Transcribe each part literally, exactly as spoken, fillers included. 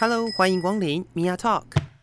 Hello， 欢迎光临 Mia Talk。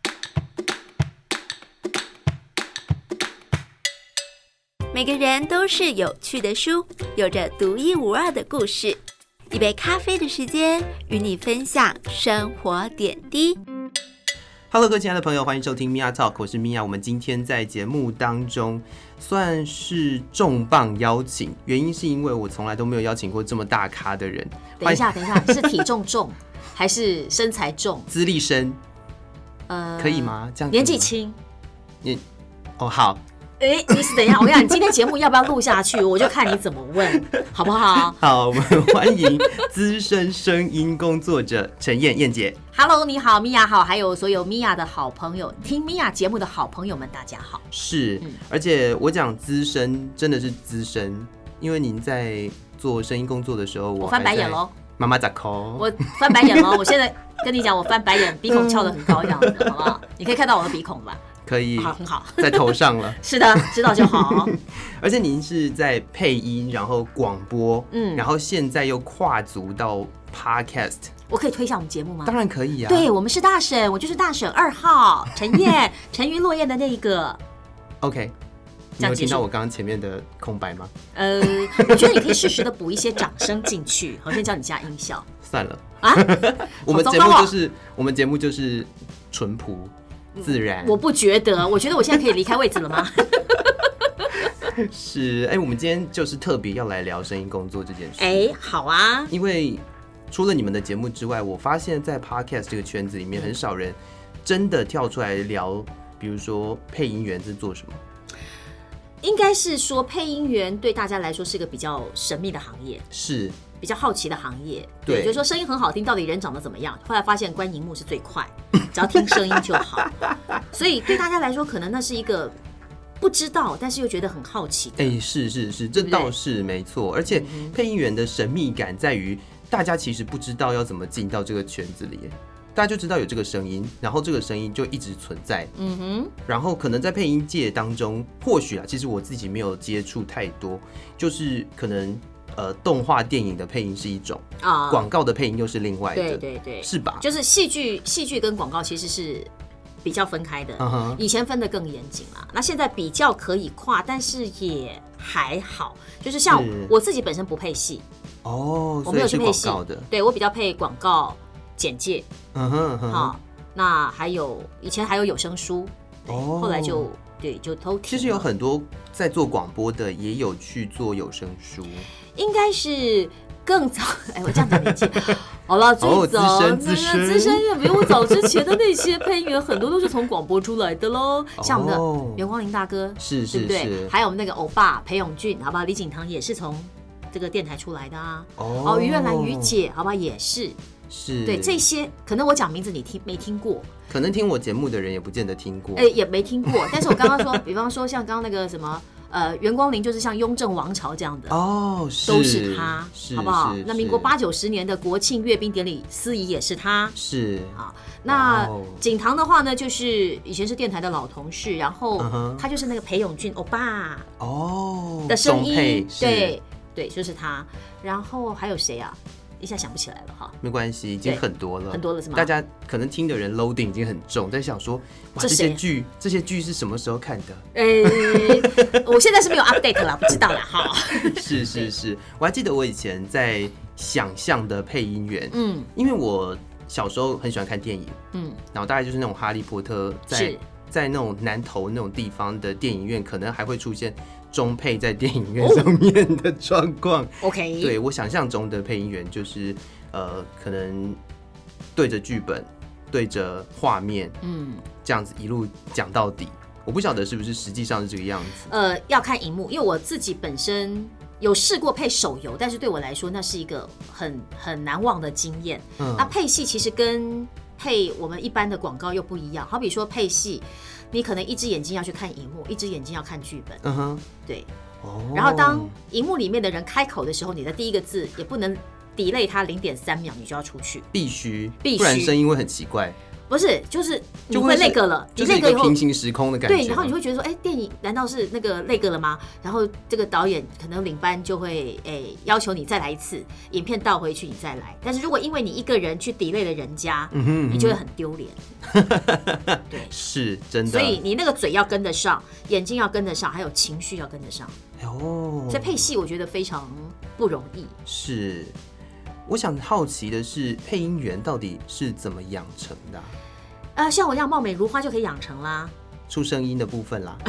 每个人都是有趣的书，有着独一无二的故事。一杯咖啡的时间，与你分享生活点滴。 Hello， 各位亲爱的朋友，欢迎收听 Mia Talk， 我是 Mia。我们今天在节目当中算是重磅邀请，原因是因为我从来都没有邀请过这么大咖的人。 等一下，等一下，是体重重还是身材重？ 资历深， 呃， 可以吗？这样年纪轻？ 你哦，好。 哎、欸，你是等一下，我跟你讲，你今天节目要不要录下去，我就看你怎么问，好不好？ 好，我们欢迎资深声音工作者陈燕燕姐。 Hello， 你好，米娅好，还有所有米娅的好朋友，听米娅节目的好朋友们，大家好。 是，嗯、而且我讲资深真的是资深，因为您在做声音工作的时候，我翻白眼喽。 妈妈咋抠？ 我翻白眼喽！我现在跟你讲，我翻白眼，鼻孔翘得很高，这样子，好不好？你可以看到我的鼻孔吧？ 可以， 好，很好， 在头上了。 是的，知道就好。 而且您是在配音，然后广播，嗯，然后现在又跨足到 podcast。 我可以推一下我们节目吗？ 当然可以啊。 对，我们是大婶，我就是大婶二号陈燕，沉鱼落雁的那一个。 OK。你有听到我刚刚前面的空白吗？ 呃，我觉得你可以适时的补一些掌声进去，好像叫你加音效。 算了啊， 我们节目就是、哦、我们节目就是淳朴自然。 我不觉得，我觉得我现在可以离开位置了吗？ 是，哎、欸，我们今天就是特别要来聊声音工作这件事。 哎、欸，好啊， 因为除了你们的节目之外，我发现在 podcast 这个圈子里面，很少人真的跳出来聊，比如说配音员是做什么。 应该是说，配音员对大家来说是个比较神秘的行业， 是比较好奇的行业。 对， 就是说声音很好听，到底人长得怎么样？后来发现关荧幕是最快，只要听声音就好。所以对大家来说，可能那是一个不知道，但是又觉得很好奇的。 哎、欸，是是是，这倒是没错。而且配音员的神秘感在于，大家其实不知道要怎么进到这个圈子里。大家就知道有这个声音，然后这个声音就一直存在。嗯哼。然后可能在配音界当中，或许啊，其实我自己没有接触太多，就是可能呃，动画电影的配音是一种啊，广告的配音又是另外的。 对对对， 是吧？ 就是戏剧，戏剧跟广告其实是比较分开的。Uh-huh. 以前分得更严谨啦，那现在比较可以跨，但是也还好。就是像我自己本身不配戏哦， 我没有去配戏的， 对我比较配广告。简介， 嗯哼，嗯好，那还有以前还有有声书，哦，后来就对就都停了。 其实有很多在做广播的，也有去做有声书， 应该是更早。哎，我这样讲年纪，好了，最早那个资深也比我早之前的那些配音员，很多都是从广播出来的喽。像我们的刘光林大哥， 是是是， 对不对？还有我们那个欧巴裴永俊，好不好？李景堂也是从这个电台出来的啊。哦，于月兰于姐，好吧，也是。 是对这些，可能我讲名字你听没听过， 可能听我节目的人也不见得听过， 哎、欸，也没听过。但是我刚刚说，比方说像刚刚那个什么，呃，袁光林就是像雍正王朝这样的哦，是都是他， 是好不好？那民国八九十年的国庆阅兵典礼司仪也是他， 是啊。那景堂的话呢，就是以前是电台的老同事，然后他就是那个裴永俊欧巴哦的声音，对对，就是他。然后还有谁啊？一下想不起来了哈， 没关系，已经很多了， 很多了是吗？ 大家可能听的人 loading 已经很重，在想说，哇，这些剧，这些剧是什么时候看的？ 呃、欸，我现在是没有 update 了，不知道了哈。 是是是，我还记得我以前在想象的配音员，嗯，因为我小时候很喜欢看电影，嗯，然后大概就是那种哈利波特在在那种南投那种地方的电影院，可能还会出现中配在电影院上面的状况。 OK， 对我想象中的配音员就是呃，可能对着剧本、对着画面，嗯，这样子一路讲到底。我不晓得是不是实际上是这个样子。 呃，要看荧幕，因为我自己本身有试过配手游，但是对我来说那是一个很很难忘的经验。嗯，那配戏其实跟配我们一般的广告又不一样，好比说配戏，你可能一只眼睛要去看荧幕，一只眼睛要看剧本。嗯哼，对。哦。然后当荧幕里面的人开口的时候，你的第一个字也不能 delay 它零点三秒，你就要出去。 必须， 必须， 不然声音会很奇怪。 不是，就是你会那个了， 就是一个平行时空的感觉。 对，然后你会觉得说，哎、欸，电影难道是那个那个了吗？然后这个导演可能领班就会哎、欸、要求你再来一次，影片倒回去你再来。但是如果因为你一个人去 delay 了人家，嗯哼嗯哼你就会很丢脸。对， 是真的。 所以你那个嘴要跟得上，眼睛要跟得上，还有情绪要跟得上。 哦， 所以配戏我觉得非常不容易。 是。我想好奇的是，配音员到底是怎么养成的、啊？ 呃，像我这样貌美如花就可以养成啦， 出声音的部分啦。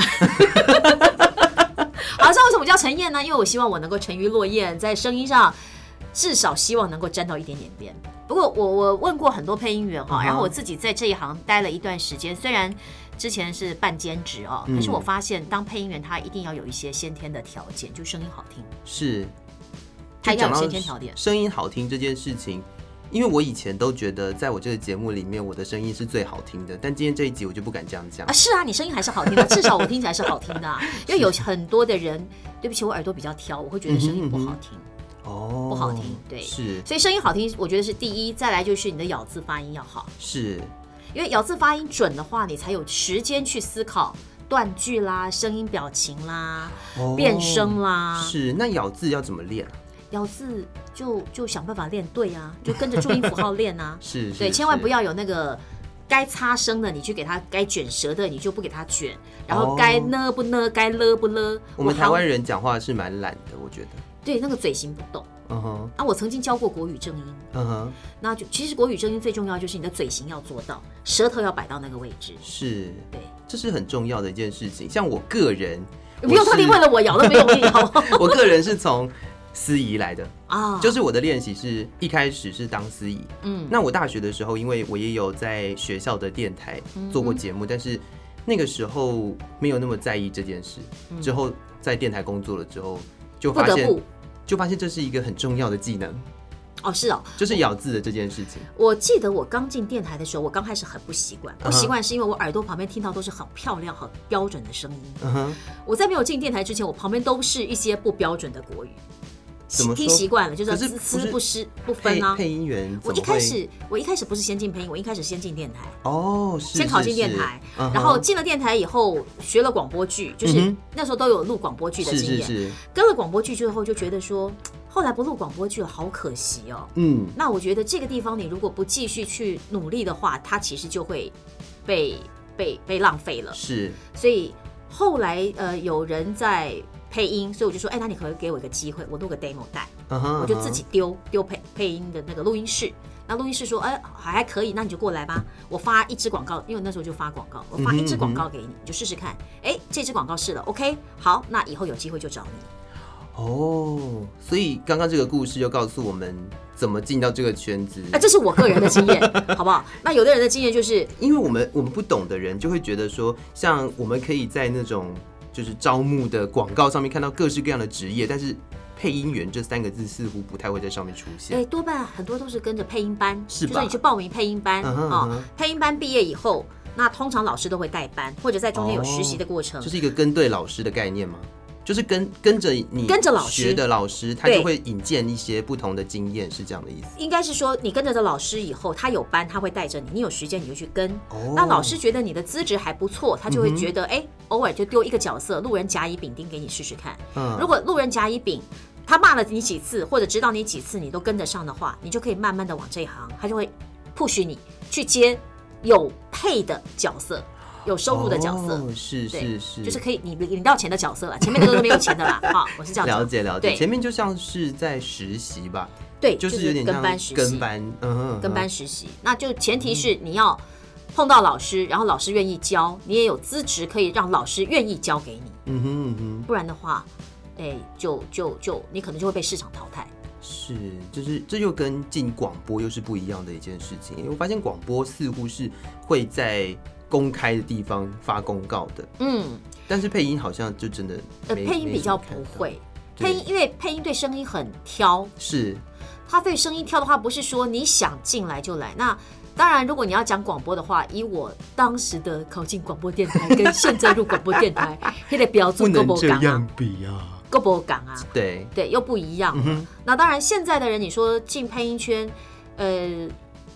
好，知道为什么叫陈燕呢？因为我希望我能够沉鱼落雁，在声音上至少希望能够沾到一点点边。不过我我问过很多配音员哈， uh-huh. 然后我自己在这一行待了一段时间，虽然之前是半兼职哦，可是我发现当配音员他一定要有一些先天的条件，就声音好听。 是。 他要有先天条件， 声音好听这件事情，因为我以前都觉得，在我这个节目里面，我的声音是最好听的。但今天这一集，我就不敢这样讲啊！是啊，你声音还是好听的，至少我听起来是好听的、啊。因为有很多的人，对不起，我耳朵比较挑，我会觉得声音不好听。哦，不好听，对， 是。 所以声音好听，我觉得是第一，再来就是你的咬字发音要好。 是， 因为咬字发音准的话，你才有时间去思考断句啦、声音表情啦、哦、变声啦。 是，那咬字要怎么练？ 咬字就就想办法练对啊，就跟着注音符号练啊。 是， 对，千万不要有那个该擦声的，你去给他；该卷舌的，你就不给他卷。然后该呢不呢，该了不了。 我们台湾人讲话是蛮懒的，我觉得。 对，那个嘴型不动。嗯哼。啊，我曾经教过国语正音。嗯哼。那就其实国语正音最重要就是你的嘴型要做到，舌头要摆到那个位置。 是。 对， 这是很重要的一件事情。像我个人， 不用特地为了我咬都没有力哦。 我个人是从司仪来的啊，就是我的练习是一开始是当司仪，嗯，那我大学的时候，因为我也有在学校的电台做过节目，嗯、但是那个时候没有那么在意这件事。嗯、之后在电台工作了之后，就发现就发现这是一个很重要的技能。 哦，是哦， 就是咬字的这件事情。 我记得我刚进电台的时候，我刚开始很不习惯，不习惯是因为我耳朵旁边听到都是很漂亮、很标准的声音。Uh-huh. 我在没有进电台之前，我旁边都是一些不标准的国语。听习惯了，就是丝不湿不分啊。 配音员， 我一开始我一开始不是先进配音，我一开始先进电台。 哦，是先考进电台，然后进了电台以后学了广播剧，就是那时候都有录广播剧的经验。 是是是。 跟了广播剧之后，就觉得说，后来不录广播剧了，好可惜哦。嗯。那我觉得这个地方你如果不继续去努力的话，它其实就会被被被浪费了。 是。 所以后来呃有人在配音，所以我就说，哎、欸，那你可不可以给我一个机会，我录个 demo 带， uh-huh, uh-huh. 我就自己丢丢配配音的那个录音室。那录音室说，哎、欸，还可以，那你就过来吧。我发一支广告，因为那时候就发广告，我发一支广告给你，你就试试看。哎、欸，这支广告试了 ，OK， 好，那以后有机会就找你。 哦，所以刚刚这个故事就告诉我们怎么进到这个圈子。 哎、欸，这是我个人的经验，好不好？那有的人的经验就是， 因为我们我们不懂的人就会觉得说，像我们可以在那种就是招募的广告上面看到各式各样的职业，但是配音员这三个字似乎不太会在上面出现。 哎、欸，多半很多都是跟着配音班， 是吧？ 就是你去报名配音班、uh-huh, 哦 uh-huh. 配音班毕业以后，那通常老师都会带班，或者在中间有实习的过程。 这、哦就是一个跟对老师的概念吗？就是跟跟着你跟着老师学的老师，他就会引荐一些不同的经验，是这样的意思？ 应该是说，你跟着的老师以后，他有班，他会带着你，你有时间你就去跟。哦、那老师觉得你的资质还不错，他就会觉得，哎、嗯，偶尔就丢一个角色，路人甲乙丙丁给你试试看。嗯，如果路人甲乙丙他骂了你几次，或者指导你几次，你都跟得上的话，你就可以慢慢的往这一行，他就会 push 你去接有配的角色。有收入的角色， 哦、是是是， 就是可以你领到钱的角色了，前面那个都没有钱的啦。好，我是这样了解了解，前面就像是在实习吧， 对， 就是有点像跟班实习， 跟班，嗯， 跟班实习，那就前提是你要碰到老师，然后老师愿意教，你也有资质可以让老师愿意教给你，嗯哼嗯哼，不然的话，哎、欸，就就就你可能就会被市场淘汰。 是，就是这又跟进广播又是不一样的一件事情，因为我发现广播似乎是会在公开的地方发公告的，嗯，但是配音好像就真的呃，配音比较不会，配音因为配音对声音很挑， 是， 他对声音挑的话，不是说你想进来就来。那当然，如果你要讲广播的话，以我当时的考进广播电台跟现在入广播电台，那个标准不能这样比啊， 够不港啊？ 对对，又不一样、嗯。那当然，现在的人你说进配音圈，呃。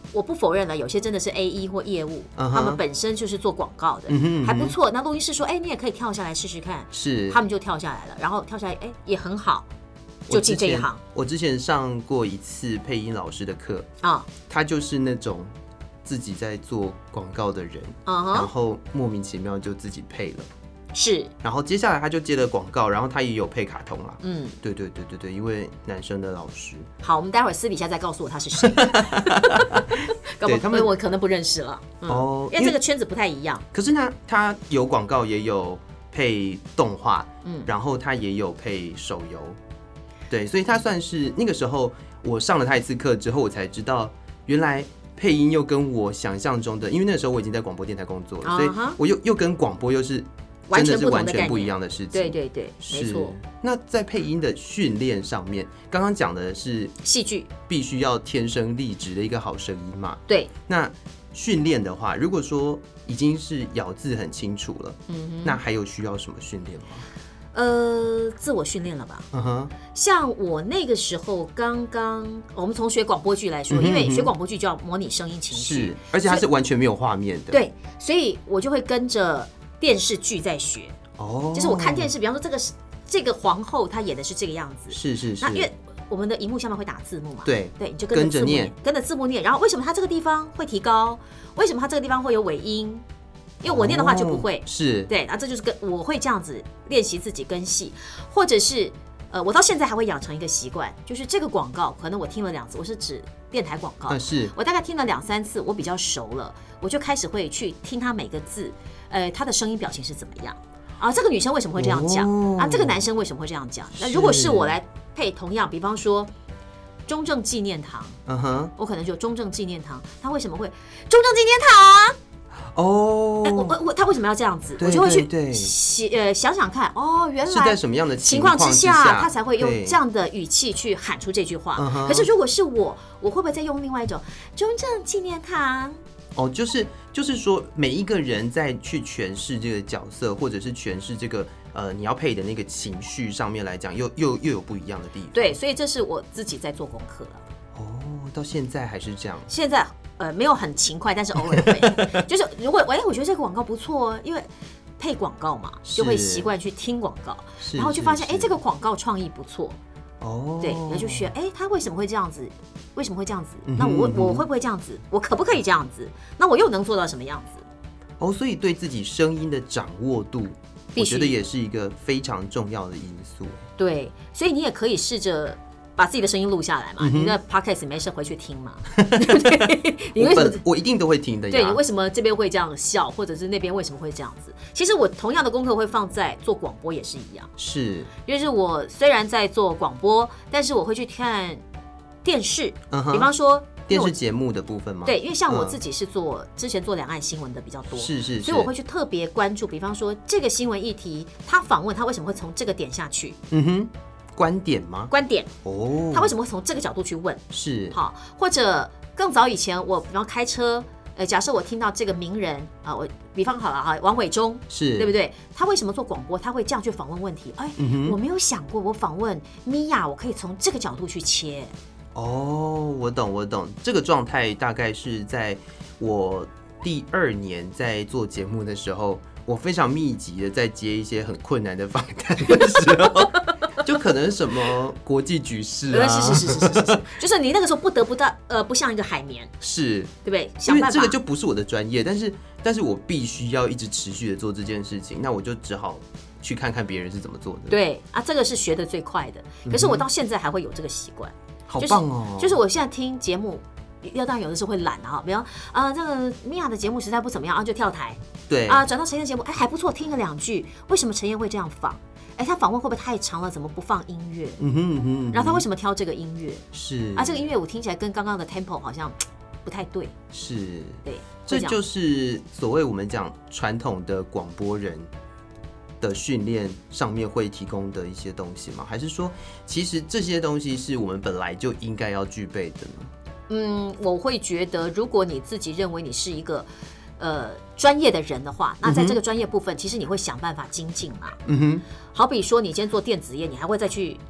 我不否认了，有些真的是 A E 或业务， uh-huh. 他们本身就是做广告的， 嗯哼嗯哼还不错。那录音室说，哎，你也可以跳下来试试看， 是， 他们就跳下来了，然后跳下来，哎，也很好，就进这一行。 我之前上过一次配音老师的课啊， 他就是那种自己在做广告的人， uh-huh. 然后莫名其妙就自己配了。 是， 然后接下来他就接了广告，然后他也有配卡通啦。 嗯， 对对对对对，一位男生的老师。 好，我们待会儿私底下再告诉我他是谁。对，他们我可能不认识了。嗯、哦，因为这个圈子不太一样。 可是呢，他有广告，也有配动画，嗯，然后他也有配手游。对，所以他算是那个时候我上了他一次课之后，我才知道原来配音又跟我想象中的，因为那个时候我已经在广播电台工作了， uh-huh. 所以我又又跟广播又是。真的是完全不一样的事情， 对对对，没错。 那在配音的训练上面，刚刚讲的是戏剧必须要天生丽质的一个好声音嘛？ 对。 那训练的话，如果说已经是咬字很清楚了，嗯哼，那还有需要什么训练吗？ 呃，自我训练了吧？嗯哼。像我那个时候刚刚，我们从学广播剧来说，嗯、因为学广播剧就要模拟声音情绪， 是，而且它是完全没有画面的， 对，所以我就会跟着。电视剧在学哦， 就是我看电视，比方说这个这个皇后她演的是这个样子， 是是是。 那因为我们的荧幕下面会打字幕嘛， 对对，你就跟着字幕念，跟着字幕念。然后为什么它这个地方会提高？为什么它这个地方会有尾音？因为我念的话就不会， 哦、是对。那这就是跟我会这样子练习自己跟戏，或者是呃，我到现在还会养成一个习惯，就是这个广告可能我听了两次，我是指电台广告， 嗯、是我大概听了两三次，我比较熟了，我就开始会去听他每个字。呃，他的声音表情是怎么样啊？这个女生为什么会这样讲、哦、啊？这个男生为什么会这样讲？那如果是我来配同样，比方说中正纪念堂，嗯哼，我可能就中正纪念堂，他为什么会中正纪念堂？哦，哎、欸，我我我，他为什么要这样子？我就会去呃想想看，哦，原来是在什么样的情况之下，他才会用这样的语气去喊出这句话。可是如果是我，我会不会再用另外一种中正纪念堂？ 哦，就是就是说，每一个人在去诠释这个角色，或者是诠释这个呃你要配的那个情绪上面来讲，又又又有不一样的地方。 对，所以这是我自己在做功课了。 哦，到现在还是这样？ 现在呃没有很勤快，但是偶尔会。就是如果哎，我觉得这个广告不错哦，因为配广告嘛，就会习惯去听广告，然后就发现哎，这个广告创意不错。哦，对，然后就学，哎，他为什么会这样子？为什么会这样子？那我我会不会这样子？我可不可以这样子？那我又能做到什么样子？ 哦，所以对自己声音的掌握度，我觉得也是一个非常重要的因素。 对，所以你也可以试着把自己的声音录下来嘛，嗯、你的 podcast 没事回去听嘛，对不对？你为什么我, 我一定都会听的呀。 对，你为什么这边会这样笑，或者是那边为什么会这样子？其实我同样的功课会放在做广播也是一样， 是， 就是我虽然在做广播，但是我会去看电视，嗯、比方说电视节目的部分吗？ 对，因为像我自己是做、嗯、之前做两岸新闻的比较多， 是是是， 所以我会去特别关注，比方说这个新闻议题，他访问他为什么会从这个点下去？ 嗯哼。观点吗？ 观点哦，他为什么会从这个角度去问？ 是好，或者更早以前，我比方开车，呃，假设我听到这个名人啊、呃，我比方好了哈，王伟忠是对不对？他为什么做广播？他会这样去访问问题？哎、嗯，我没有想过，我访问米娅，我可以从这个角度去切。 哦，我懂，我懂，这个状态大概是在我第二年在做节目的时候，我非常密集的在接一些很困难的访谈的时候。就可能什么国际局势啊， 是是是是是是，就是你那个时候不得不到呃，不像一个海绵， 是， 对不对？ 因为这个就不是我的专业，但是但是我必须要一直持续的做这件事情，那我就只好去看看别人是怎么做的。 对啊，这个是学的最快的，可是我到现在还会有这个习惯、嗯， 好棒哦、 就是！就是我现在听节目，要当然有的时候会懒啊，比方啊，这个米娅的节目实在不怎么样啊，就跳台， 对啊，转到陈燕的节目，哎还不错，听了两句，为什么陈燕会这样放？哎，他访问会不会太长了？怎么不放音乐？嗯哼嗯哼。然后他为什么挑这个音乐？ 是啊，这个音乐我听起来跟刚刚的 tempo 好像不太对。 是， 对， 这就是所谓我们讲传统的广播人的训练上面会提供的一些东西吗？还是说，其实这些东西是我们本来就应该要具备的呢？ 嗯，我会觉得，如果你自己认为你是一个呃专业的人的话，那在这个专业部分，嗯、其实你会想办法精进嘛。嗯哼。好比说，你今天做电子业，你还会再去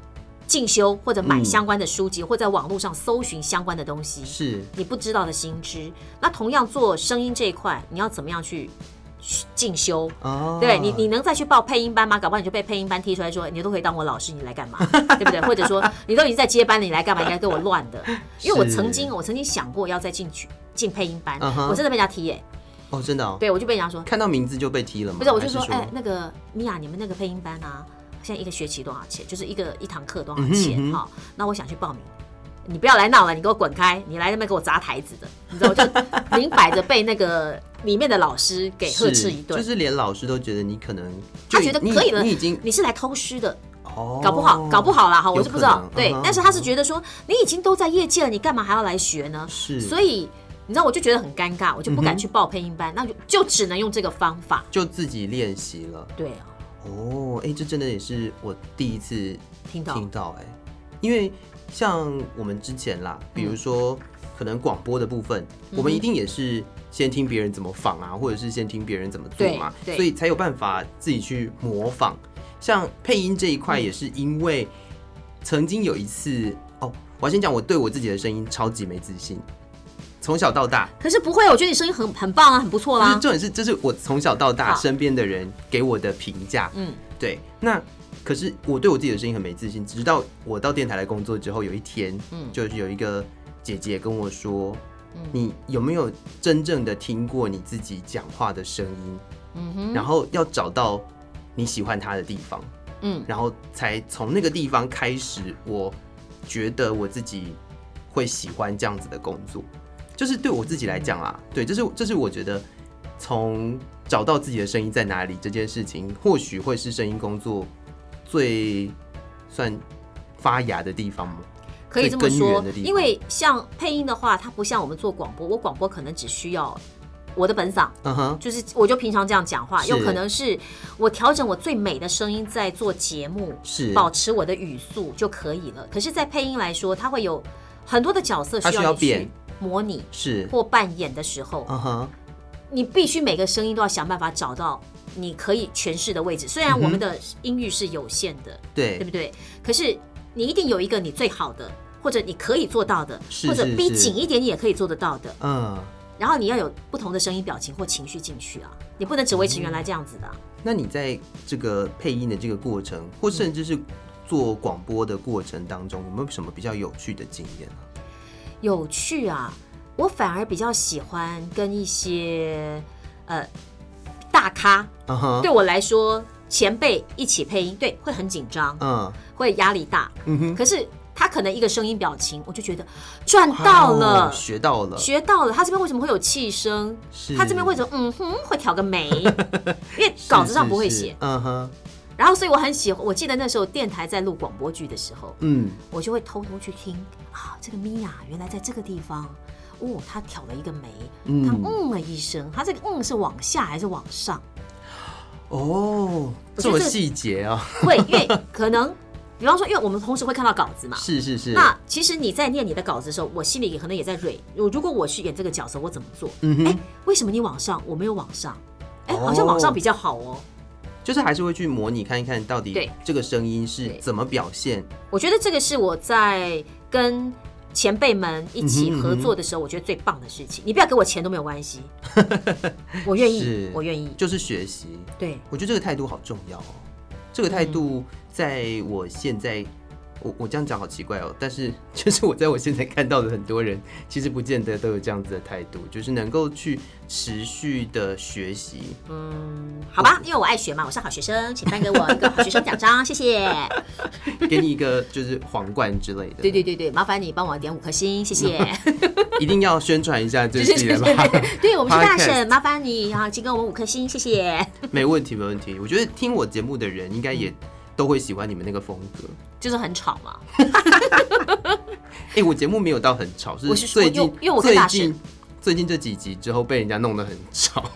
进修或者买相关的书籍，嗯、或在网络上搜寻相关的东西， 是你不知道的新知。那同样做声音这一块，你要怎么样去进修？哦、对你，你能再去报配音班吗？搞不好你就被配音班踢出来说，你都可以当我老师，你来干嘛？对不对？或者说你都已经在接班了，你来干嘛？你来跟我乱的。因为我曾经，我曾经想过要再进去进配音班， uh-huh. 我真的被人家踢耶、欸。 哦，真的哦。 对，我就被人家说， 看到名字就被踢了吗？ 不是，我就说，哎、欸，那个米娅，你们那个配音班啊。现在一个学期多少钱？就是一个一堂课多少钱？哈、嗯嗯，那我想去报名，你不要来闹了，你给我滚开！你来那边给我砸台子的，你知道，我就明摆着被那个里面的老师给呵斥一顿， 就是连老师都觉得你可能， 他觉得可以了， 你已经你是来偷师的。哦，搞不好，搞不好啦，哈，我是不知道，对、嗯，但是他是觉得说，你已经都在业界了，你干嘛还要来学呢？ 是， 所以你知道，我就觉得很尴尬，我就不敢去报配音班，嗯、那就就只能用这个方法， 就自己练习了。 对啊。 哦，哎，这真的也是我第一次听到， 听到哎，因为像我们之前啦，比如说、嗯、可能广播的部分、嗯，我们一定也是先听别人怎么仿啊，或者是先听别人怎么做嘛，所以才有办法自己去模仿。像配音这一块，也是因为曾经有一次，哦，我要先讲，我对我自己的声音超级没自信。从小到大， 可是不会，我觉得你声音很很棒啊，很不错啦。 重点是，这是我从小到大身边的人给我的评价。嗯，对。那可是我对我自己的声音很没自信，直到我到电台来工作之后，有一天，嗯，就是有一个姐姐跟我说，嗯、你有没有真正的听过你自己讲话的声音？嗯哼，然后要找到你喜欢它的地方。嗯，然后才从那个地方开始，我觉得我自己会喜欢这样子的工作。就是对我自己来讲啦，对，这是这是我觉得从找到自己的声音在哪里这件事情，或许会是声音工作最算发芽的地方吗？ 可以这么说，因为像配音的话，它不像我们做广播，我广播可能只需要我的本嗓，嗯哼，就是我就平常这样讲话，有可能是我调整我最美的声音在做节目，是保持我的语速就可以了。可是，在配音来说，它会有很多的角色需要你去模拟是或扮演的时候， uh-huh. 你必须每个声音都要想办法找到你可以诠释的位置。虽然我们的音域是有限的，对、嗯、对不对？可是你一定有一个你最好的，或者你可以做到的，或者逼紧一点你也可以做得到的。嗯，然后你要有不同的声音表情或情绪进去啊，你不能只维持原来这样子的、啊嗯。 那你在这个配音的这个过程，或甚至是做广播的过程当中，有没有什么比较有趣的经验啊？ 有趣啊，我反而比较喜欢跟一些呃大咖， uh-huh. 对我来说前辈一起配音，对，会很紧張，嗯、uh-huh. 会压力大，嗯哼。可是他可能一个声音表情，我就觉得赚到了， wow, 学到了， 学到了。他这边为什么会有气声？他这边为什么嗯哼会挑个眉？因为稿子上不会写，嗯哼。然后，所以我很喜欢。我记得那时候电台在录广播剧的时候，嗯，我就会偷偷去听啊，这个米娅原来在这个地方，哦，她挑了一个眉，嗯，她嗯了一声，她这个嗯是往下还是往上？ 哦，这么细节啊！ 会，因为可能，比方说，因为我们同时会看到稿子嘛， 是是是。 那其实你在念你的稿子的时候，我心里可能也在蕊，如果我去演这个角色，我怎么做？嗯哼，哎，为什么你往上，我没有往上？哎，好像往上比较好哦。 就是还是会去模拟看一看到底这个声音是怎么表现。 我觉得这个是我在跟前辈们一起合作的时候，我觉得最棒的事情。你不要给我钱都没有关系，我愿意，我愿意， 就是学习。 对， 我觉得这个态度好重要哦。这个态度在我现在，我我这样讲好奇怪哦，但是就是我在我现在看到的很多人，其实不见得都有这样子的态度，就是能够去持续的学习。 嗯，好吧，因为我爱学嘛，我是好学生，请颁给我一个好学生奖章，谢谢。 给你一个就是皇冠之类的。 对对对对，麻烦你帮我点五颗星，谢谢。 一定要宣传一下这自己的吧。 对，我们是大婶，麻烦你啊，请给我们五颗星，谢谢。 没问题，没问题。我觉得听我节目的人应该也都会喜欢你们那个风格， 就是很吵嘛。 哎、欸，我节目没有到很吵，是最近， 因为我跟大婶最近这几集之后被人家弄得很吵。 哎、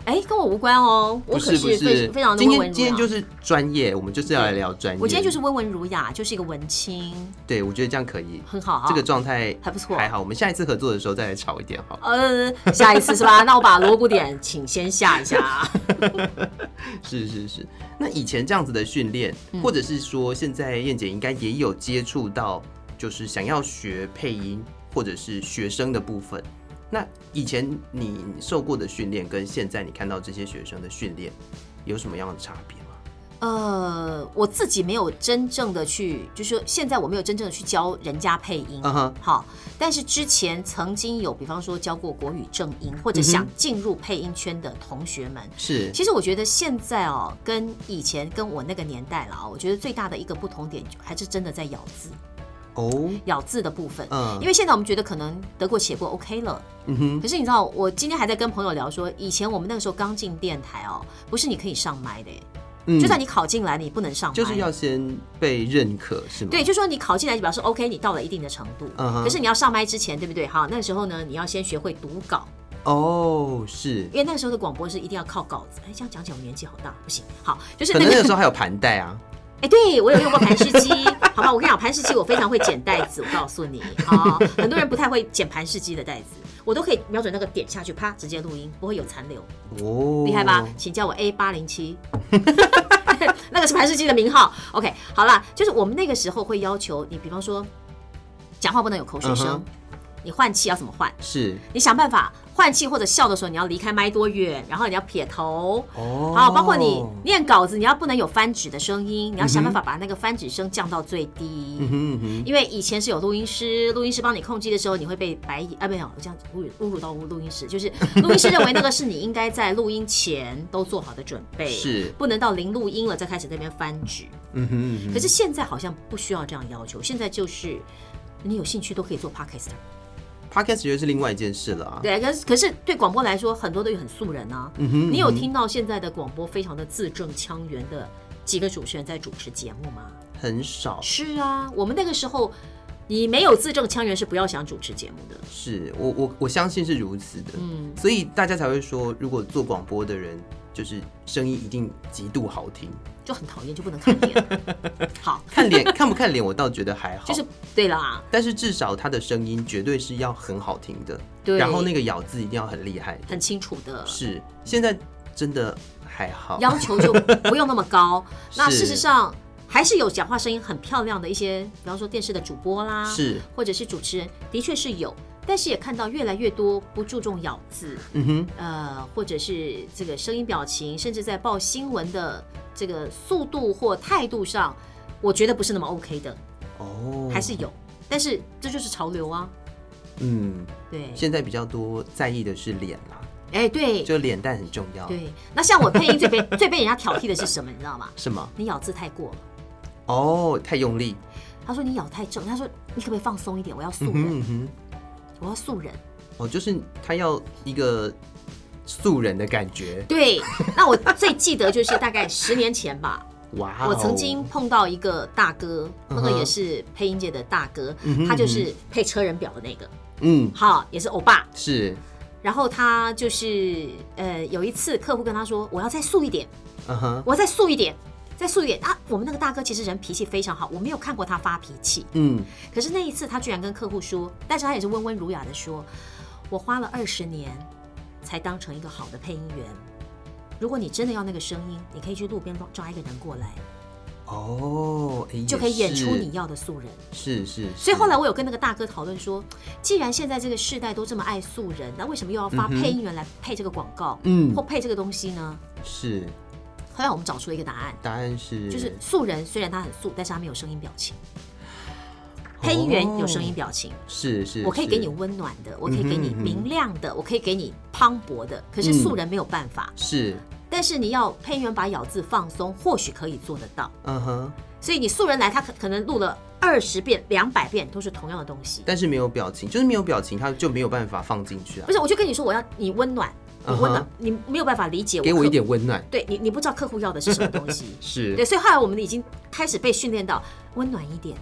哎，跟我无关哦，我可是非非常的温文儒雅。 今天今天就是专业，我们就是要来聊专业。 我今天就是温文儒雅，就是一个文青。 对，我觉得这样可以， 很好， 这个状态还不错， 还好。我们下一次合作的时候再来吵一点好。 呃，下一次是吧？那我把锣鼓点请先下一下。 是是是，那以前这样子的训练，嗯、或者是说现在燕姐应该也有接触到，就是想要学配音或者是学生的部分。那以前你受过的训练跟现在你看到这些学生的训练有什么样的差别吗？ 呃，我自己没有真正的去，就是说现在我没有真正的去教人家配音，嗯哼，好，但是之前曾经有，比方说教过国语正音，或者想进入配音圈的同学们，是，其实我觉得现在哦，跟以前跟我那个年代了，我觉得最大的一个不同点还是真的在咬字。哦，咬字的部分，嗯，因为现在我们觉得可能得过且过 OK 了，嗯哼。可是你知道，我今天还在跟朋友聊说，以前我们那个时候刚进电台哦，不是你可以上麦的，嗯，就算你考进来，你不能上麦， 就是要先被认可，是吗？ 对，就说你考进来就表示 OK， 你到了一定的程度，嗯哼。可是你要上麦之前，对不对？好，那个时候呢，你要先学会读稿。 哦，是因为那个时候的广播是一定要靠稿子。哎，这样讲起来我年纪好大，不行。好，就是可能那个时候还有盘带啊。 哎，对，我有用过盘式机，好吧，我跟你讲，盘式机我非常会剪带子，我告诉你啊，很多人不太会剪盘式机的带子，我都可以瞄准那个点下去，啪，直接录音，不会有残留，哦，厉害吧？请叫我 A 八零七，那个是盘式机的名号。OK， 好啦，就是我们那个时候会要求你，比方说讲话不能有口水声。Uh-huh.你换气要怎么换？是你想办法换气或者笑的时候，你要离开麦多远，然后你要撇头。哦，好，包括你念稿子，你要不能有翻纸的声音，你要想办法把那个翻纸声降到最低。嗯哼嗯哼，因为以前是有录音师，录音师帮你控机的时候，你会被白眼啊，没有，我这样侮辱侮辱到录音师，就是录音师认为那个是你应该在录音前都做好的准备，是不能到临录音了再开始在那边翻纸。嗯哼嗯哼，可是现在好像不需要这样要求，现在就是你有兴趣都可以做 podcast。Podcast 觉得是另外一件事了啊。 对，可是可是对广播来说，很多都很素人啊。嗯哼，你有听到现在的广播非常的字正腔圆的几个主持人在主持节目吗？ 很少。 是啊，我们那个时候，你没有字正腔圆是不要想主持节目的。 是我我我相信是如此的。嗯，所以大家才会说，如果做广播的人，就是声音一定极度好听。 就很讨厌，就不能看脸。好看脸，看不看脸我倒觉得还好， 就是对啦。 但是至少他的声音绝对是要很好听的，对。然后那个咬字一定要很厉害， 很清楚的。 是，现在真的还好， 要求就不用那么高。那事实上还是有讲话声音很漂亮的一些，比方说电视的主播啦，是，或者是主持人，的确是有。但是也看到越来越多不注重咬字，嗯哼，呃，或者是这个声音表情，甚至在报新闻的这个速度或态度上，我觉得不是那么 OK 的。哦，还是有，但是这就是潮流啊。嗯，对， 现在比较多在意的是脸啦。 哎，对， 就脸蛋很重要。 对，那像我配音最被最被人家挑剔的是什么？你知道吗？ 什么？ 你咬字太过了。 哦，太用力。 他说你咬太正，他说你可不可以放松一点？我要素人。嗯哼。我要素人哦，就是他要一个素人的感觉。 对，那我最记得就是大概十年前吧。哇、哦！我曾经碰到一个大哥，那个也是配音界的大哥，嗯、他就是配车人表的那个。嗯，好，也是欧巴。 是。 然后他就是呃，有一次客户跟他说，我要再素一点，嗯哼，我要再素一点。再素一点啊！我们那个大哥其实人脾气非常好，我没有看过他发脾气。嗯，可是那一次他居然跟客户说，但是他也是温文儒雅的说，我花了二十年才当成一个好的配音员。如果你真的要那个声音，你可以去路边抓一个人过来，哦，就可以演出你要的素人。 是 是, 是。 所以后来我有跟那个大哥讨论说，既然现在这个世代都这么爱素人，那为什么又要发配音员来配这个广告，嗯，或配这个东西呢？ 是。 后来我们找出了一个答案， 答案是就是素人虽然他很素，但是他没有声音表情。配音员有声音表情， 是是， 我可以给你温暖的，我可以给你明亮的，我可以给你磅礴的。可是素人没有办法， 是。 但是你要配音员把咬字放松，或许可以做得到。嗯哼。所以你素人来，他可可能录了二十遍、两百遍都是同样的东西， 但是没有表情，就是没有表情，他就没有办法放进去啊。 不是，我就跟你说，我要你温暖。你温暖， uh-huh. 你没有办法理解我， 给我一点温暖。 对你，你不知道客户要的是什么东西。 是， 对，所以后来我们已经开始被训练到温暖一点，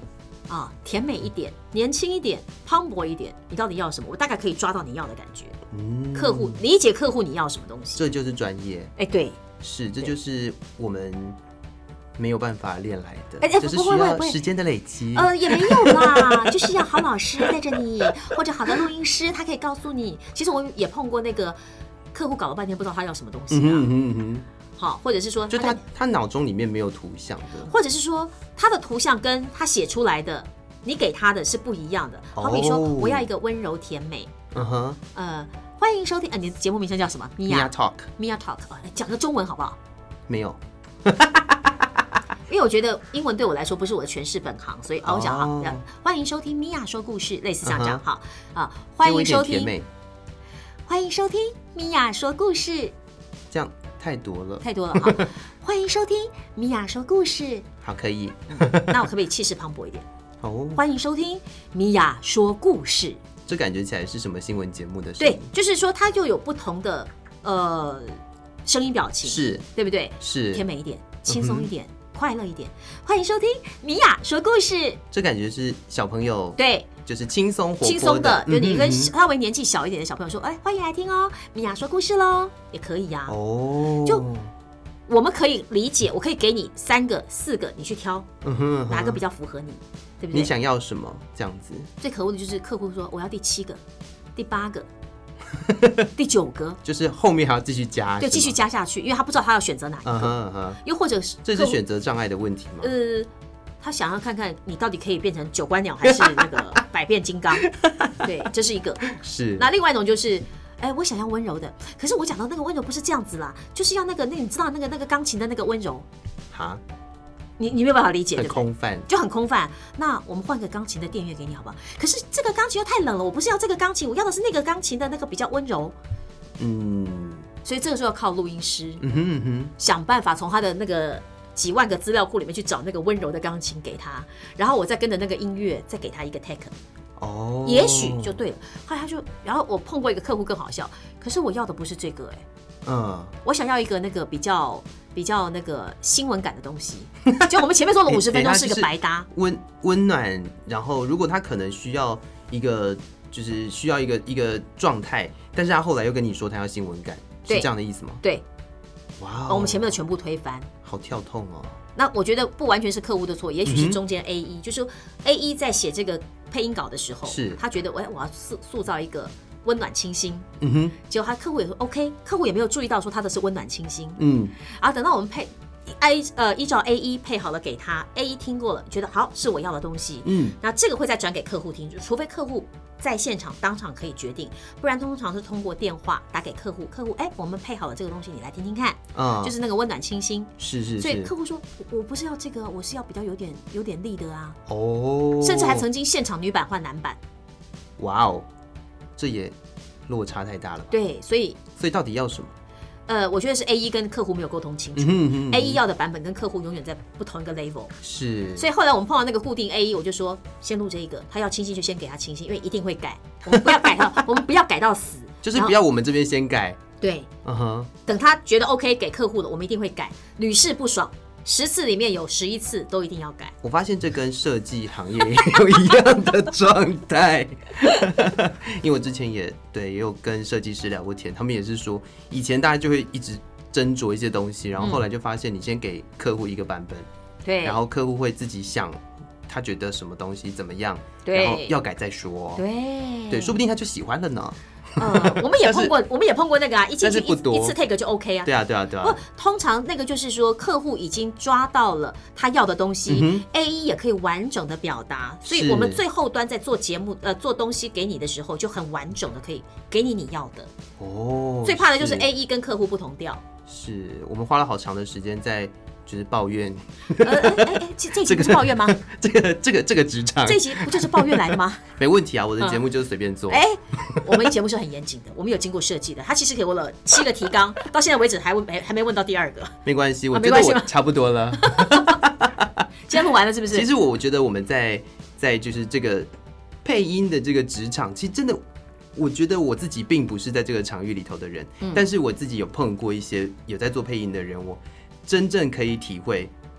啊，甜美一点，年轻一点，磅礴一点，你到底要什么？我大概可以抓到你要的感觉。嗯，客户理解客户你要什么东西， 这就是专业。 哎，对， 是，这就是我们没有办法练来的， 哎哎， 这是需要时间的累积。 呃，也没有啦，就是要好老师带着你，或者好的录音师，他可以告诉你。其实我也碰过那个客户搞了半天不知道他要什么东西啊。嗯哼嗯哼好，或者是说， 就他他脑中里面没有图像的， 或者是说他的图像跟他写出来的，你给他的是不一样的。好比说，我要一个温柔甜美，嗯哼，呃，欢迎收听，呃，你的节目名称叫什么 ？Mia Talk，Mia Talk， 讲个中文好不好？ 没有， 因为我觉得英文对我来说不是我的全是本行，所以我讲好，欢迎收听 Mia 说故事，类似像这样好啊，欢迎收听，欢迎收听 Mia 说故事， 这样。太多了， 太多了哈！欢迎收听米娅说故事。 好，可以。 那我可不可以气势磅礴一点？ 哦， 欢迎收听米娅说故事。 这感觉起来是什么新闻节目的声音？ 对，就是说它就有不同的呃声音表情， 是对不对？ 是甜美一点，轻松一点。嗯快乐一点，欢迎收听米娅说故事。 这感觉是小朋友对， 就是轻松活泼的， 轻松的，就你跟稍微年纪小一点的小朋友说，哎，欢迎来听哦，米娅说故事喽，也可以呀、啊。哦，就我们可以理解，我可以给你三个、四个，你去挑，嗯哼，哪个比较符合你，对不对？ 你想要什么？这样子。 最可恶的就是客户说我要第七个、第八个。第九个就是后面还要继续加， 对，继续加下去，因为他不知道他要选择哪一个， uh huh, uh huh. 又或者是这是选择障碍的问题吗？ 呃，他想要看看你到底可以变成九官鸟还是那个百变金刚，对，这是一个。 是。 那另外一种就是，哎，我想要温柔的，可是我讲到那个温柔不是这样子啦，就是要那个那你知道那个那个钢琴的那个温柔，哈。你你没有办法理解， 很空泛， 就很空泛。那我们换个钢琴的电乐给你好不好？可是这个钢琴又太冷了，我不是要这个钢琴，我要的是那个钢琴的那个比较温柔。嗯，所以这个时候要靠录音师，嗯哼嗯哼，想办法从他的那个几万个资料库里面去找那个温柔的钢琴给他，然后我再跟着那个音乐再给他一个 take。哦，也许就对了。后来他就，然后我碰过一个客户更好笑，可是我要的不是这个、欸，哎，嗯，我想要一个那个比较。比较那个新闻感的东西，就我们前面说了五十分钟是个白搭， 温温暖。然后如果他可能需要一个，就是需要一个一个状态，但是他后来又跟你说他要新闻感，是这样的意思吗？ 对，哇、哦，我们前面的全部推翻， 好跳痛哦。 那我觉得不完全是客户的错，也许是中间 A E，、嗯、就是说 A E 在写这个配音稿的时候，是他觉得我我要塑塑造一个。温暖清新，嗯哼，结果他客户也说 OK， 客户也没有注意到说他的是温暖清新，嗯，然后等到我们配 A 呃依照 A E 配好了给他 ，A E 听过了，觉得好是我要的东西，嗯，那这个会再转给客户听，除非客户在现场当场可以决定，不然通常是通过电话打给客户，客户哎我们配好了这个东西，你来听听看，啊、嗯，就是那个温暖清新， 是是是， 所以客户说我不是要这个，我是要比较有点有点力的啊，哦，甚至还曾经现场女版换男版， 哇哦，这也。落差太大了， 对，所以所以到底要什么？ 呃，我觉得是 A E 跟客户没有沟通清楚、嗯哼哼哼 ，A E 要的版本跟客户永远在不同一个 level， 是， 所以后来我们碰到那个固定 A E， 我就说先录这一个，他要清新就先给他清新，因为一定会改，我们不要改到，我们不要改到死， 就是不要我们这边先改， 对，嗯哼，等他觉得 OK 给客户了，我们一定会改，屡试不爽。十次里面有十一次都一定要改。 我发现这跟设计行业也有一样的状态，因为我之前也对也有跟设计师聊过天，他们也是说，以前大家就会一直斟酌一些东西，然后后来就发现你先给客户一个版本，对、嗯，然后客户会自己想他觉得什么东西怎么样，对，然后要改再说，对，对，说不定他就喜欢了呢。 呃，我们也碰过，我们也碰过那个啊，一进去 一, 一次 take 就 OK 啊。 对啊，对啊，对啊。 不，通常那个就是说，客户已经抓到了他要的东西、嗯、，A E 也可以完整的表达，所以我们最后端在做节目呃做东西给你的时候，就很完整的可以给你你要的。哦。最怕的就是 A E 跟客户不同调。 是我们花了好长的时间在。就是抱怨， 呃，哎哎，这这集不是抱怨吗？ 这个这个这个职场， 这一集不就是抱怨来的吗？ 没问题啊，我的节目就是随便做。 哎、嗯，我们节目是很严谨的，我们有经过设计的。他其实给我了七个提纲，到现在为止还没还没问到第二个。 没关系，我觉得我差不多了。 今天录完了是不是？ 其实我觉得我们在在就是这个配音的这个职场，其实真的。我觉得我自己并不是在这个场域里头的人、嗯，但是我自己有碰过一些有在做配音的人，我真正可以体会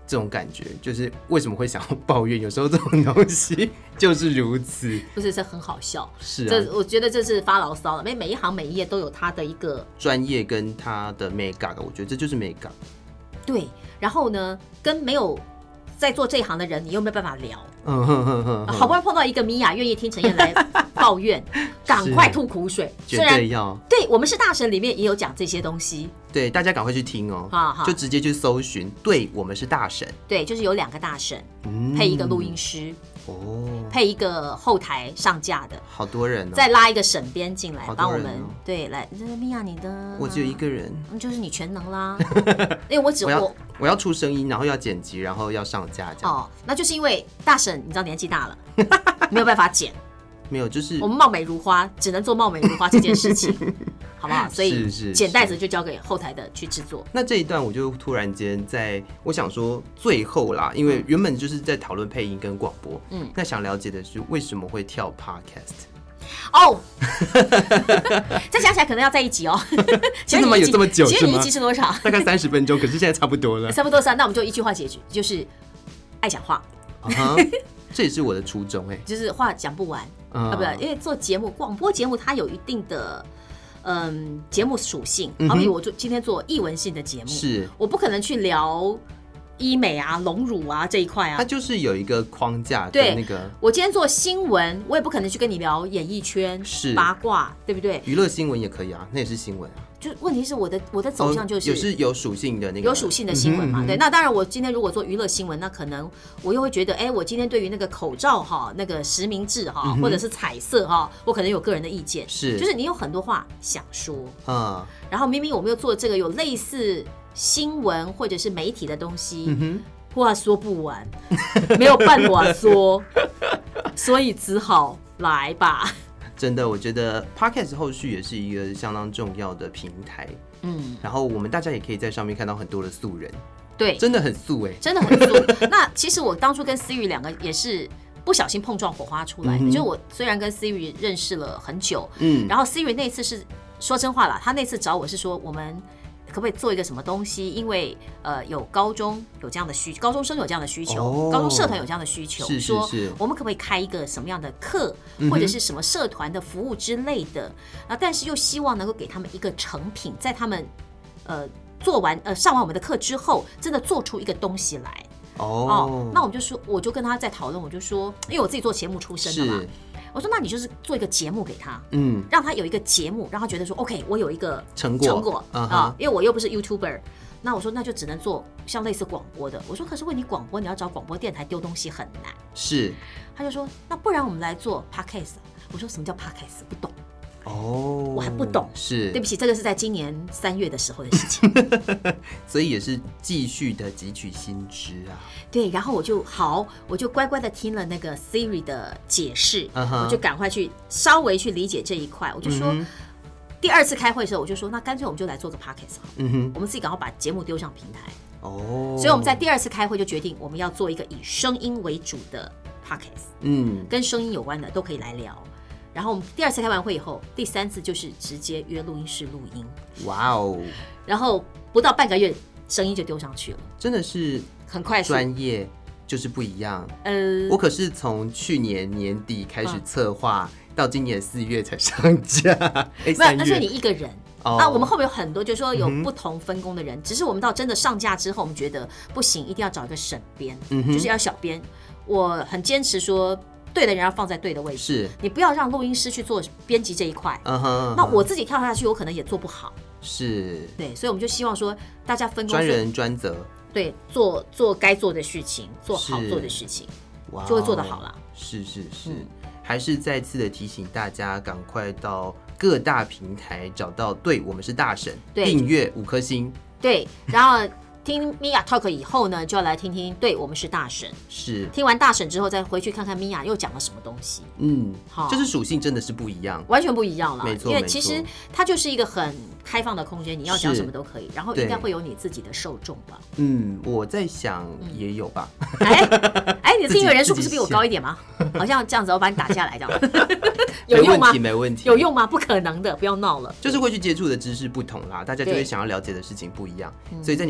这种感觉，就是为什么会想要抱怨？有时候这种东西就是如此， 不是，这很好笑。 是啊， 这我觉得这是发牢骚了。每每一行每一页都有它的一个专业跟它的美感，我觉得这就是美感。 对，然后呢，跟没有在做这一行的人，你又没有办法聊。 嗯哼哼哼哼， 好不容易碰到一个米娅愿意听陈燕来抱怨，赶快吐苦水。 绝对要。 对，我们是大神里面也有讲这些东西。 对，大家赶快去听哦， 好好， 就直接去搜寻。对，我们是大神。 对，就是有两个大神，嗯、配一个录音师。哦，配一个后台上架的， 好多人哦， 再拉一个审编进来帮我们，对，来，这是米娅你的， 我只有一个人， 就是你全能啦，因为我只我要我要出声音，然后要剪辑，然后要上架这样。 哦，那就是因为大婶你知道年纪大了，没有办法剪， 没有，就是我们貌美如花，只能做貌美如花这件事情。好不好？所以剪带子就交给后台的去制作。 那这一段我就突然间在，我想说最后啦，因为原本就是在讨论配音跟广播，嗯，那想了解的是为什么会跳 podcast？ 哦，再想起来可能要在一集哦。 真的吗？有这么久是吗？ 其实你一集是多长？ 大概三十分钟，可是现在差不多了。 差不多三，那我们就一句话解决，就是爱讲话。 Uh-huh, 这也是我的初衷哎、欸， 就是话讲不完、uh. 啊，不是，因为做节目，广播节目它有一定的。嗯，节目属性，好比我做今天做艺文性的节目， 是我不可能去聊医美啊、隆乳啊这一块啊， 它就是有一个框架跟那个。 我今天做新闻，我也不可能去跟你聊演艺圈、 是八卦，对不对？ 娱乐新闻也可以啊，那也是新闻啊。 就问题是我的我的走向就是、 哦、有是有属性的那个有属性的新闻嘛、嗯嗯嗯，对。那当然，我今天如果做娱乐新闻，那可能我又会觉得，哎，我今天对于那个口罩哈、那个实名制哈、嗯，或者是彩色哈，我可能有个人的意见， 是， 就是你有很多话想说， 嗯， 然后明明我们又做这个有类似新闻或者是媒体的东西，嗯哼，话说不完，没有办法说，所以只好来吧。 真的，我觉得 Podcast 后续也是一个相当重要的平台，嗯，然后我们大家也可以在上面看到很多的素人， 对， 真的很素哎、欸， 真的很素。那其实我当初跟思雨两个也是不小心碰撞火花出来的，嗯、就我虽然跟思雨认识了很久，嗯，然后思雨那次是说真话啦，他那次找我是说我们。可不可以做一个什么东西？因为呃，有高中有这样的需，高中生有这样的需求，哦、高中社团有这样的需求， 是是是说我们可不可以开一个什么样的课，嗯、或者是什么社团的服务之类的啊？但是又希望能够给他们一个成品，在他们呃做完呃上完我们的课之后，真的做出一个东西来。哦，哦那我们就说，我就跟他在讨论，我就说，因为我自己做节目出身的嘛。我说，那你就是做一个节目给他，嗯，让他有一个节目，让他觉得说 ，OK， 我有一个成果， 成果啊，因为我又不是 YouTuber， 那我说那就只能做像类似广播的。我说，可是问你广播，你要找广播电台丢东西很难， 是。 他就说，那不然我们来做 Podcast。我说，什么叫 Podcast？ 不懂。哦，我还不懂， 是对不起，这个是在今年三月的时候的事情， 所以也是继续的汲取新知啊。 对，然后我就好，我就乖乖的听了那个 Siri 的解释， uh-huh. 我就赶快去稍微去理解这一块。我就说，嗯、第二次开会的时候，我就说，那干脆我们就来做个 Podcast 好了，嗯哼，我们自己赶快把节目丢上平台。哦，所以我们在第二次开会就决定，我们要做一个以声音为主的 Podcast， 嗯，跟声音有关的都可以来聊。然后我们第二次开完会以后，第三次就是直接约录音室录音。哇哦！然后不到半个月，声音就丢上去了， 真的是很快速， 专业就是不一样。呃，我可是从去年年底开始策划，嗯、到今年四月才上架。 没有，那是你一个人。哦、那我们后面有很多，就是说有不同分工的人，嗯、只是我们到真的上架之后，我们觉得不行，一定要找一个审编，嗯、就是要小编。我很坚持说。对的人要放在对的位置， 是你不要让录音师去做编辑这一块。Uh-huh, uh-huh. 那我自己跳下去，我可能也做不好。 是， 对，所以我们就希望说，大家分工专人专责， 对，做做该做的事情，做好做的事情，就会做得好啦。 是是是、嗯，还是再次的提醒大家，赶快到各大平台找到，对我们是大神，订阅五颗星， 对，然后。听 Mia Talk 以后呢，就要来听听，对我们是大神。 是， 听完大神之后，再回去看看 Mia 又讲了什么东西。嗯， 好，就是属性真的是不一样， 完全不一样了。 没错， 因为其实它就是一个很开放的空间，你要讲什么都可以，然后应该会有你自己的受众吧。 嗯，我在想也有吧。 哎、嗯、哎，你的订阅人数不是比我高一点吗？好像这样子，我把你打下来，这样有用吗？ 没问题， 有用吗？不可能的，不要闹了。 就是会去接触的知识不同啦，大家就会想要了解的事情不一样，所以在你们的节目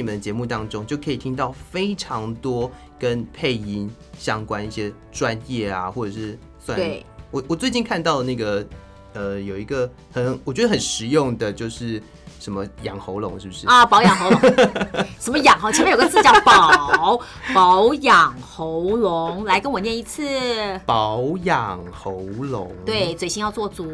当中就可以听到非常多跟配音相关一些专业啊，或者是算对我我最近看到那个呃有一个很我觉得很实用的，就是什么养喉咙是不是啊？保养喉咙，什么养喉？前面有个字叫保，保养喉咙，来跟我念一次。 保养喉咙， 对，嘴型要做足。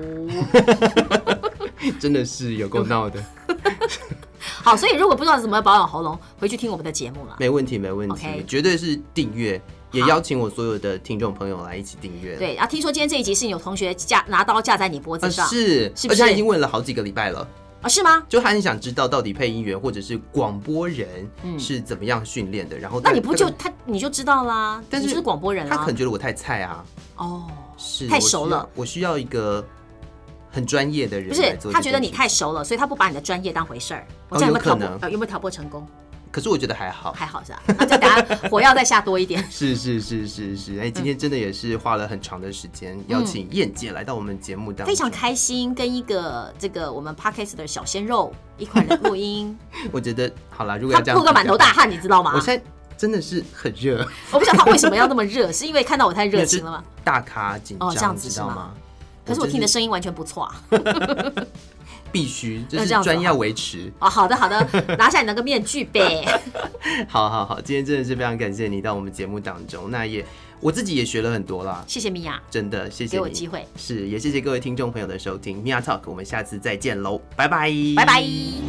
真的是有够闹的。 好，所以如果不知道怎么保养喉咙，回去听我们的节目了。 没问题，没问题， okay. 绝对是订阅，也邀请我所有的听众朋友来一起订阅。 对啊，听说今天这一集是有同学架拿刀架在你脖子上， 啊、是， 是不是？ 而且他已经问了好几个礼拜了。 啊，是吗？ 就他很想知道到底配音员或者是广播人是怎么样训练的，然后那你不就他你就知道啦？但是你就是广播人啦。 他可能觉得我太菜啊， 哦， 是太熟了， 我需要一个很专业的人来做这件事情。 不是，他觉得你太熟了，所以他不把你的专业当回事儿。我这样有没有挑拨？呃，有没有挑拨成功？ 可是我觉得还好， 还好是吧？那就等下火药再下多一点。 是是是是是，哎，今天真的也是花了很长的时间，邀请燕姐来到我们节目当中， 非常开心，跟一个这个我们 podcast 的小鲜肉一块的录音。 我觉得好了，如果要这样， 他录个满头大汗，你知道吗？ 我现在真的是很热， 我不知道他为什么要那么热，是因为看到我太热情了吗？ 大咖紧张，哦，这样子知道吗？ 可是我听的声音完全不错啊。 必须，就是专业要维持哦。好的好的，拿下你那个面具呗。 好好好，今天真的是非常感谢你到我们节目当中，那也我自己也学了很多啦。 谢谢米娅， 真的谢谢你给我机会。 是，也谢谢各位听众朋友的收听 Mia Talk， 我们下次再见喽，拜拜， 拜拜。